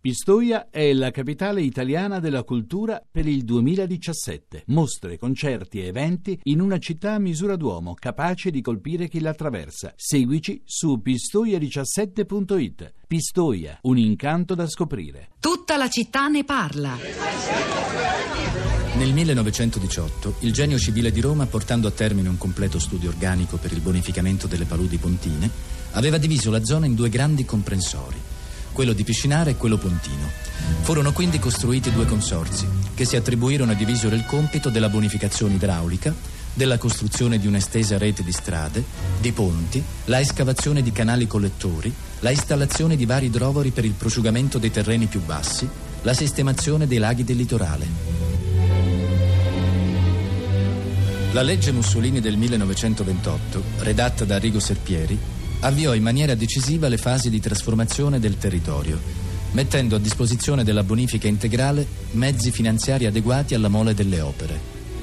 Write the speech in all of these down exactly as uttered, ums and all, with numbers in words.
Pistoia è la capitale italiana della cultura per il duemiladiciassette. Mostre, concerti e eventi in una città a misura d'uomo, capace di colpire chi la attraversa. Seguici su pistoia diciassette punto it. Pistoia, un incanto da scoprire. Tutta la città ne parla. Nel millenovecentodiciotto il Genio Civile di Roma, portando a termine un completo studio organico per il bonificamento delle paludi pontine, aveva diviso la zona in due grandi comprensori, quello di Piscinara e quello pontino. Furono quindi costruiti due consorzi che si attribuirono e divisero il compito della bonificazione idraulica, della costruzione di un'estesa rete di strade, di ponti, la escavazione di canali collettori, la installazione di vari idrovori per il prosciugamento dei terreni più bassi, la sistemazione dei laghi del litorale. La legge Mussolini del millenovecentoventotto, redatta da Arrigo Serpieri, avviò in maniera decisiva le fasi di trasformazione del territorio, mettendo a disposizione della bonifica integrale mezzi finanziari adeguati alla mole delle opere.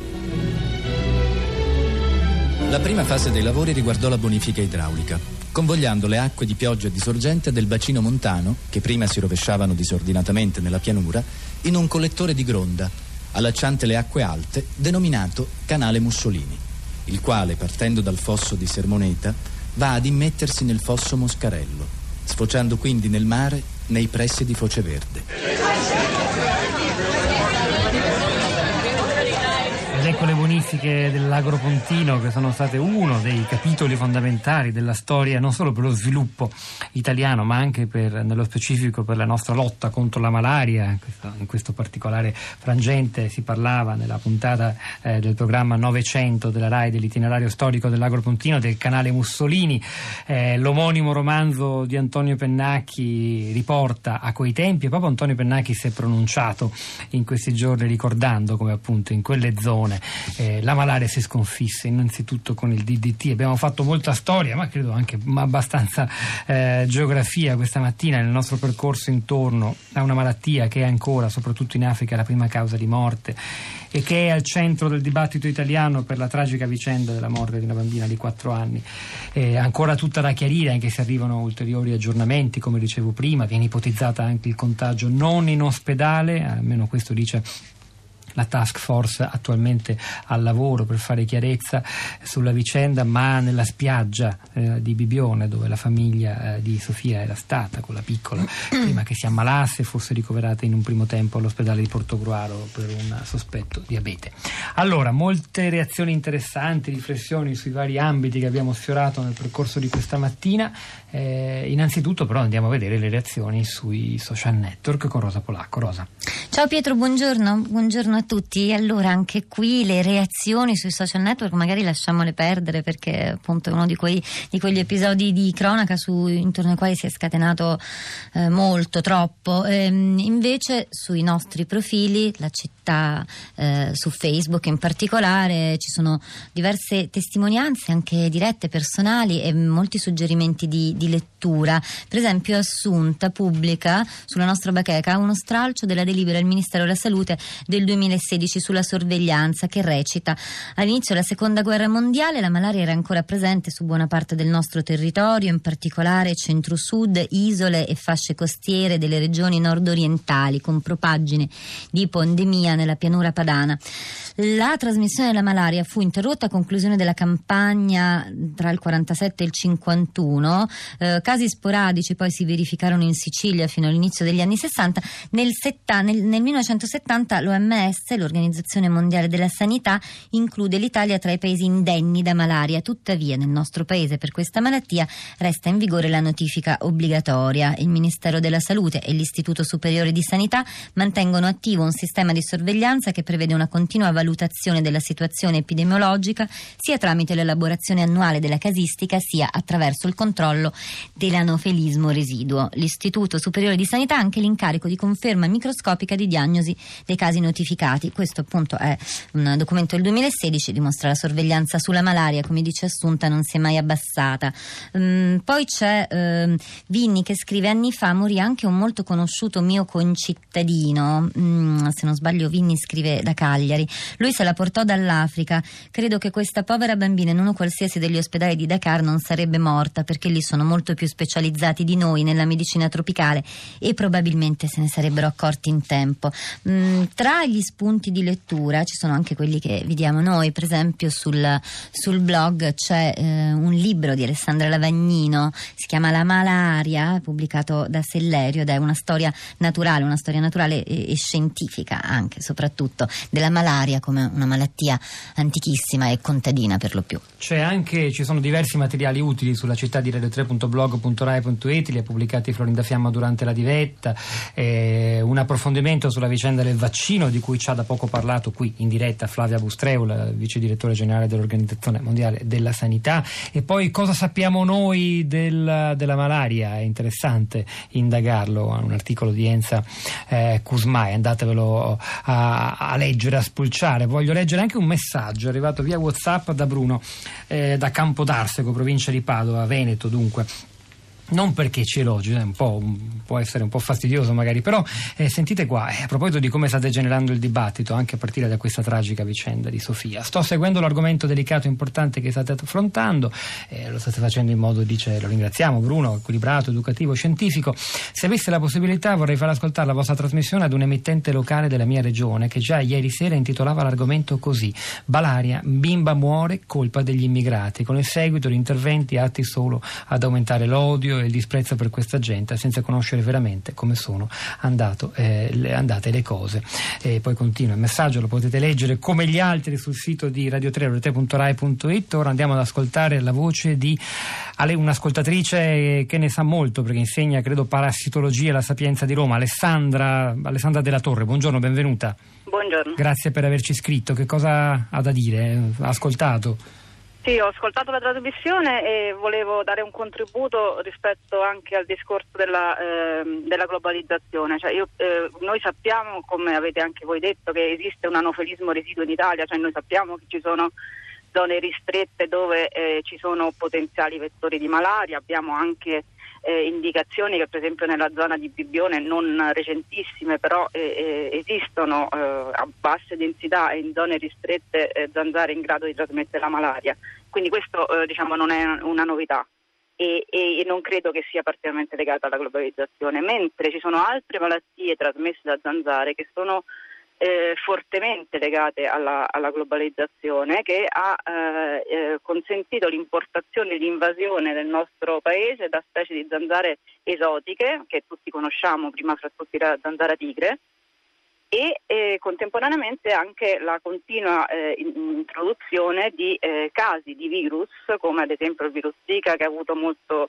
La prima fase dei lavori riguardò la bonifica idraulica, convogliando le acque di pioggia e di sorgente del bacino montano, che prima si rovesciavano disordinatamente nella pianura, in un collettore di gronda, allacciante le acque alte, denominato Canale Mussolini, il quale, partendo dal fosso di Sermoneta, va ad immettersi nel fosso Moscarello, sfociando quindi nel mare nei pressi di Foce Verde. Ed ecco le bonifiche dell'Agro Pontino, che sono state uno dei capitoli fondamentali della storia non solo per lo sviluppo italiano, ma anche per, nello specifico per la nostra lotta contro la malaria. In questo, in questo particolare frangente si parlava nella puntata eh, del programma novecento della RAI dell'itinerario storico dell'Agro Pontino, del Canale Mussolini. Eh, l'omonimo romanzo di Antonio Pennacchi riporta a quei tempi, e proprio Antonio Pennacchi si è pronunciato in questi giorni ricordando come appunto in quelle zone Eh, la malaria si sconfisse innanzitutto con il D D T. Abbiamo fatto molta storia, ma credo anche abbastanza eh, geografia questa mattina nel nostro percorso intorno a una malattia che è ancora, soprattutto in Africa, la prima causa di morte e che è al centro del dibattito italiano per la tragica vicenda della morte di una bambina di quattro anni. Eh, ancora tutta da chiarire, anche se arrivano ulteriori aggiornamenti, come dicevo prima. Viene ipotizzata anche il contagio non in ospedale, almeno questo dice la task force attualmente al lavoro per fare chiarezza sulla vicenda, ma nella spiaggia eh, di Bibione, dove la famiglia eh, di Sofia era stata con la piccola prima che si ammalasse, fosse ricoverata in un primo tempo all'ospedale di Portogruaro per un sospetto diabete. Allora, molte reazioni interessanti, riflessioni sui vari ambiti che abbiamo sfiorato nel percorso di questa mattina. Eh, innanzitutto però andiamo a vedere le reazioni sui social network con Rosa Polacco. Rosa. Ciao Pietro, buongiorno, buongiorno a tutti. Allora, anche qui le reazioni sui social network magari lasciamole perdere, perché appunto è uno di quei di quegli episodi di cronaca su, intorno ai quali si è scatenato eh, molto, troppo. Ehm, invece sui nostri profili, la città, eh, su Facebook in particolare, ci sono diverse testimonianze anche dirette, personali, e molti suggerimenti di, di lettura. Per esempio Assunta pubblica sulla nostra bacheca uno stralcio della delibera del Ministero della Salute del duemilasedici sulla sorveglianza, che recita: all'inizio della seconda guerra mondiale la malaria era ancora presente su buona parte del nostro territorio, in particolare centro-sud, isole e fasce costiere delle regioni nord-orientali, con propaggine di ipondemia nella pianura padana. La trasmissione della malaria fu interrotta a conclusione della campagna tra il quarantasette e il cinquantuno. Eh, casi sporadici poi si verificarono in Sicilia fino all'inizio degli anni sessanta. Nel, setta, nel, nel millenovecentosettanta l'O M S, l'Organizzazione Mondiale della Sanità, include l'Italia tra i paesi indenni da malaria. Tuttavia nel nostro paese per questa malattia resta in vigore la notifica obbligatoria. Il Ministero della Salute e l'Istituto Superiore di Sanità mantengono attivo un sistema di sorveglianza che prevede una continua valutazione della situazione epidemiologica, sia tramite l'elaborazione annuale della casistica, sia attraverso il controllo dell'anofelismo residuo. L'Istituto Superiore di Sanità ha anche l'incarico di conferma microscopica di diagnosi dei casi notificati. Questo appunto è un documento del duemilasedici, dimostra la sorveglianza sulla malaria, come dice Assunta, non si è mai abbassata. Um, poi c'è um, Vinni che scrive: anni fa morì anche un molto conosciuto mio concittadino, um, se non sbaglio Vinni scrive da Cagliari. Lui se la portò dall'Africa. Credo che questa povera bambina in uno qualsiasi degli ospedali di Dakar non sarebbe morta, perché lì sono molto più specializzati di noi nella medicina tropicale e probabilmente se ne sarebbero accorti in tempo. Mm, tra gli spunti di lettura ci sono anche quelli che vediamo noi, per esempio sul, sul blog c'è eh, un libro di Alessandra Lavagnino, si chiama La malaria, pubblicato da Sellerio, ed è una storia naturale, una storia naturale e, e scientifica anche, soprattutto della malaria come una malattia antichissima e contadina per lo più. C'è anche, ci sono diversi materiali utili sulla città di radio tre punto blog punto rai punto it, li ha pubblicati Florinda Fiamma durante la diretta, eh, un approfondimento sulla vicenda del vaccino di cui ci ha da poco parlato qui in diretta Flavia Bustreu, la vice direttore generale dell'Organizzazione Mondiale della Sanità. E poi cosa sappiamo noi del, della malaria? È interessante indagarlo, un articolo di Enza eh, Cusmai, andatevelo a, a leggere, a spulciare. Voglio leggere anche un messaggio arrivato via WhatsApp da Bruno eh, da Campodarsego, provincia di Padova, Veneto dunque. Non perché ci elogi, è un po', può essere un po' fastidioso magari, però eh, sentite qua, eh, a proposito di come sta degenerando il dibattito anche a partire da questa tragica vicenda di Sofia. Sto seguendo l'argomento delicato e importante che state affrontando, eh, lo state facendo in modo, dice, lo ringraziamo Bruno, equilibrato, educativo, scientifico. Se avesse la possibilità vorrei far ascoltare la vostra trasmissione ad un emittente locale della mia regione che già ieri sera intitolava l'argomento così: Balaria, bimba muore, colpa degli immigrati, con il seguito di interventi atti solo ad aumentare l'odio e il disprezzo per questa gente senza conoscere veramente come sono andato, eh, le, andate le cose. E poi continua il messaggio, lo potete leggere come gli altri sul sito di radio tre punto rai punto it. Ora andiamo ad ascoltare la voce di un'ascoltatrice che ne sa molto perché insegna, credo, parassitologia alla Sapienza di Roma, Alessandra, Alessandra Della Torre. Buongiorno, benvenuta. Buongiorno. Grazie per averci scritto. Che cosa ha da dire? Ha ascoltato? Sì, ho ascoltato la trasmissione e volevo dare un contributo rispetto anche al discorso della, eh, della globalizzazione. Cioè io, eh, noi sappiamo, come avete anche voi detto, che esiste un anofelismo residuo in Italia, cioè noi sappiamo che ci sono zone ristrette dove eh, ci sono potenziali vettori di malaria, abbiamo anche eh, indicazioni che per esempio nella zona di Bibbione, non recentissime, però eh, eh, esistono eh, a basse densità e in zone ristrette eh, zanzare in grado di trasmettere la malaria. Quindi questo eh, diciamo non è una novità e, e, e non credo che sia particolarmente legata alla globalizzazione, mentre ci sono altre malattie trasmesse da zanzare che sono Eh, fortemente legate alla, alla globalizzazione, che ha eh, eh, consentito l'importazione e l'invasione del nostro paese da specie di zanzare esotiche che tutti conosciamo, prima fra tutti la zanzara tigre, e eh, contemporaneamente anche la continua eh, introduzione di eh, casi di virus come ad esempio il virus Zika, che ha avuto molto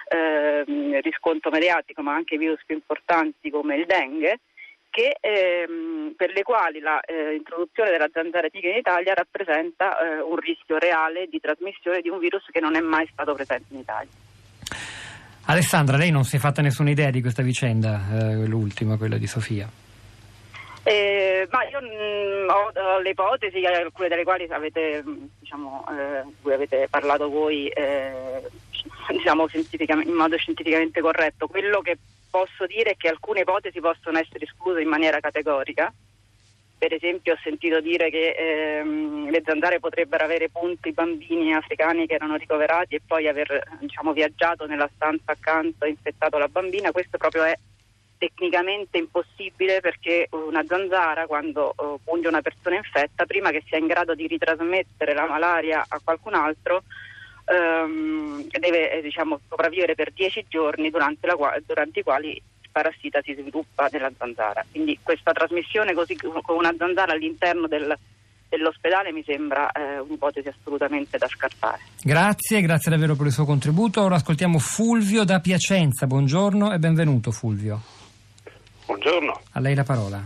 eh, riscontro mediatico, ma anche virus più importanti come il dengue, che ehm, per le quali l'introduzione eh, della zanzara tigre in Italia rappresenta eh, un rischio reale di trasmissione di un virus che non è mai stato presente in Italia. Alessandra, lei non si è fatta nessuna idea di questa vicenda, eh, l'ultima, quella di Sofia? Eh, ma io mh, ho, ho le ipotesi, alcune delle quali avete, diciamo, eh, cui avete parlato voi, eh, diciamo scientificamente, in modo scientificamente corretto. Quello che posso dire è che alcune ipotesi possono essere escluse in maniera categorica. Per esempio ho sentito dire che ehm, le zanzare potrebbero avere punto i bambini africani che erano ricoverati e poi aver, diciamo, viaggiato nella stanza accanto e infettato la bambina. Questo proprio è tecnicamente impossibile, perché una zanzara, quando uh, punge una persona infetta, prima che sia in grado di ritrasmettere la malaria a qualcun altro, um, deve eh, diciamo sopravvivere per dieci giorni durante, la, durante i quali il parassita si sviluppa nella zanzara. Quindi questa trasmissione così con una zanzara all'interno del, dell'ospedale mi sembra eh, un'ipotesi assolutamente da scartare. Grazie, grazie davvero per il suo contributo. Ora ascoltiamo Fulvio da Piacenza. Buongiorno e benvenuto Fulvio. Buongiorno. A lei la parola.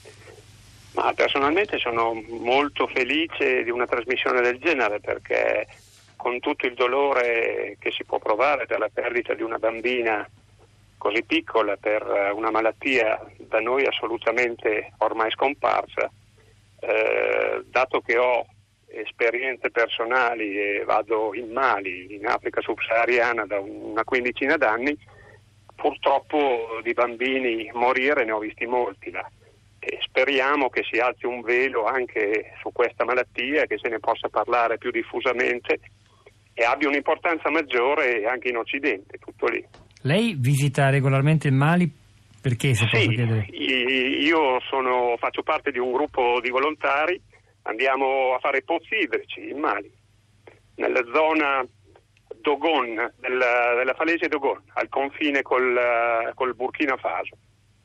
Ma personalmente sono molto felice di una trasmissione del genere, perché con tutto il dolore che si può provare per la perdita di una bambina così piccola per una malattia da noi assolutamente ormai scomparsa, eh, dato che ho esperienze personali e vado in Mali, in Africa subsahariana da una quindicina d'anni, purtroppo di bambini morire ne ho visti molti là, e speriamo che si alzi un velo anche su questa malattia, che se ne possa parlare più diffusamente e abbia un'importanza maggiore anche in Occidente, tutto lì. Lei visita regolarmente il Mali? Perché, se posso sì, chiedere? Io sono, faccio parte di un gruppo di volontari, andiamo a fare pozzi idrici in Mali, nella zona Dogon, della, della Falaise Dogon, al confine col, col Burkina Faso.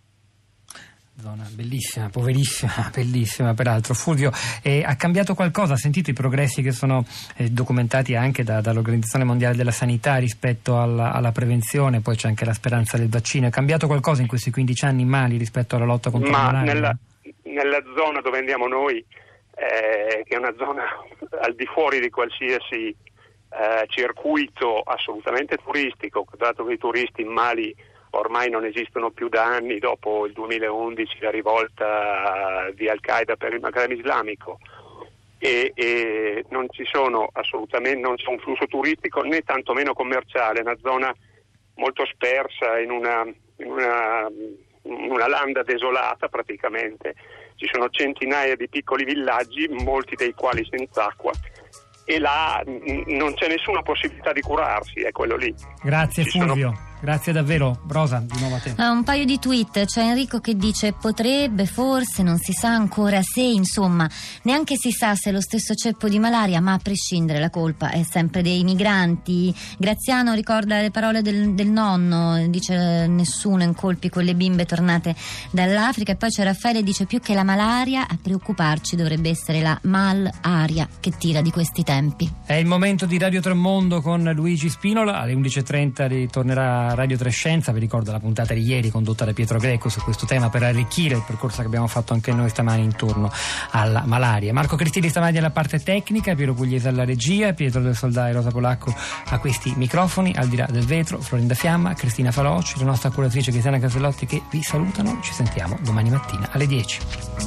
Zona bellissima, poverissima, bellissima peraltro. Fulvio, eh, ha cambiato qualcosa? Ha sentito i progressi che sono eh, documentati anche da, dall'Organizzazione Mondiale della Sanità rispetto alla, alla prevenzione? Poi c'è anche la speranza del vaccino. È cambiato qualcosa in questi quindici anni in Mali rispetto alla lotta contro Ma la malaria? Nella, nella zona dove andiamo noi, eh, che è una zona al di fuori di qualsiasi eh, circuito assolutamente turistico, dato che i turisti in Mali ormai non esistono più da anni, dopo il duemilaundici, la rivolta di Al-Qaeda per il Maghreb islamico, e, e non ci sono assolutamente, non c'è un flusso turistico né tantomeno commerciale, è una zona molto spersa in una, in una, in una landa desolata praticamente. Ci sono centinaia di piccoli villaggi, molti dei quali senza acqua, e là non c'è nessuna possibilità di curarsi, è quello lì. Grazie Ci Fulvio. sono... Grazie davvero. Rosa, di nuovo a te. Uh, un paio di tweet. C'è Enrico che dice potrebbe, forse, non si sa ancora se, insomma, neanche si sa se è lo stesso ceppo di malaria, ma a prescindere la colpa è sempre dei migranti. Graziano ricorda le parole del, del nonno, dice nessuno incolpi quelle bimbe tornate dall'Africa. E poi c'è Raffaele, dice più che la malaria a preoccuparci dovrebbe essere la malaria che tira di questi tempi. È il momento di Radio Tremondo con Luigi Spinola. Alle undici e trenta ritornerà Radio Trescenza. Vi ricordo la puntata di ieri condotta da Pietro Greco su questo tema per arricchire il percorso che abbiamo fatto anche noi stamani intorno alla malaria. Marco Cristilli stamani alla parte tecnica, Piero Pugliese alla regia, Pietro del Soldà e Rosa Polacco a questi microfoni, al di là del vetro Florinda Fiamma, Cristina Faloci, la nostra curatrice Cristiana Casellotti che vi salutano. Ci sentiamo domani mattina alle dieci.